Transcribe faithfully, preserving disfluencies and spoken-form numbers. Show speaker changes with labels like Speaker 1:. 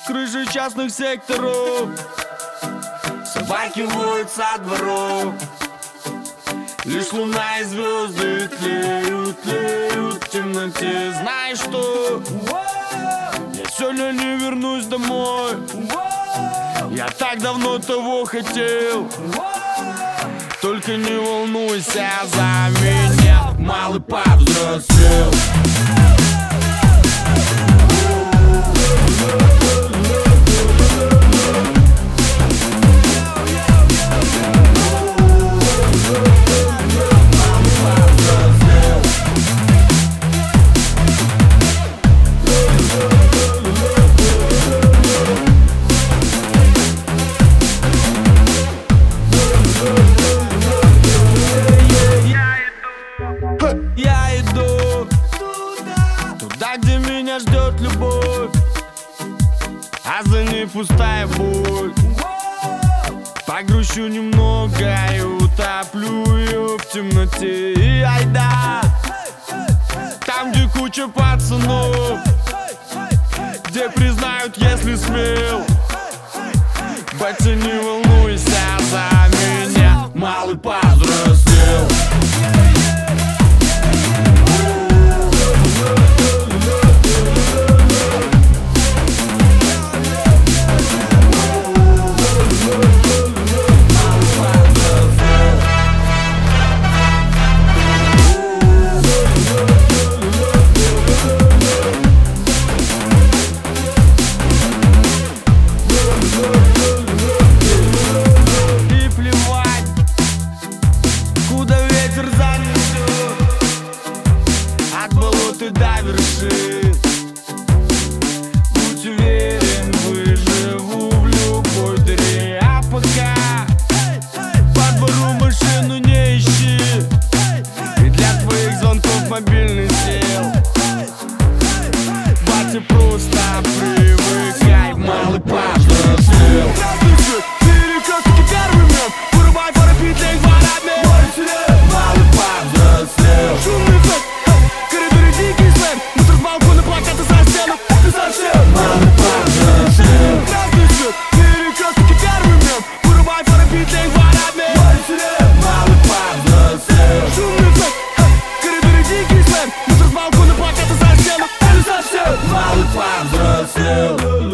Speaker 1: крыши частных секторов, собаки воют со дворов. Лишь луна и звезды тлеют, тлеют в темноте. Знаешь что? Я сегодня не вернусь домой. Я так давно того хотел. Только не волнуйся за меня, малый повзрослел. Я иду туда, туда, где меня ждет любовь, а за ней пустая боль. Погрущу немного и утоплю ее в темноте. И айда, там, где куча пацанов, где признают, если смел. Батя, не волнуйся за меня, малый повзрослел. Ты до вершин, будь уверен, выживу в любой дыре. А пока по двору машину не ищи, и для твоих звонков мобильный сел. Батя, просто привыкай, малый повзрослел. Перекрестки первый мем, вырубай фары, петли, ворами. Малый повзрослел. Шумный фэк, коридоры дикий слэм, мусор с балкона, плакаты со стену. Ты совсем малый повзрослел. Красный свет, перекрестки первый мем, вырубай фары, петли, ворами. Малый повзрослел. Шумный фэк, коридоры дикий слэм, мусор с балкона, плакаты со стену. Ты совсем малый повзрослел.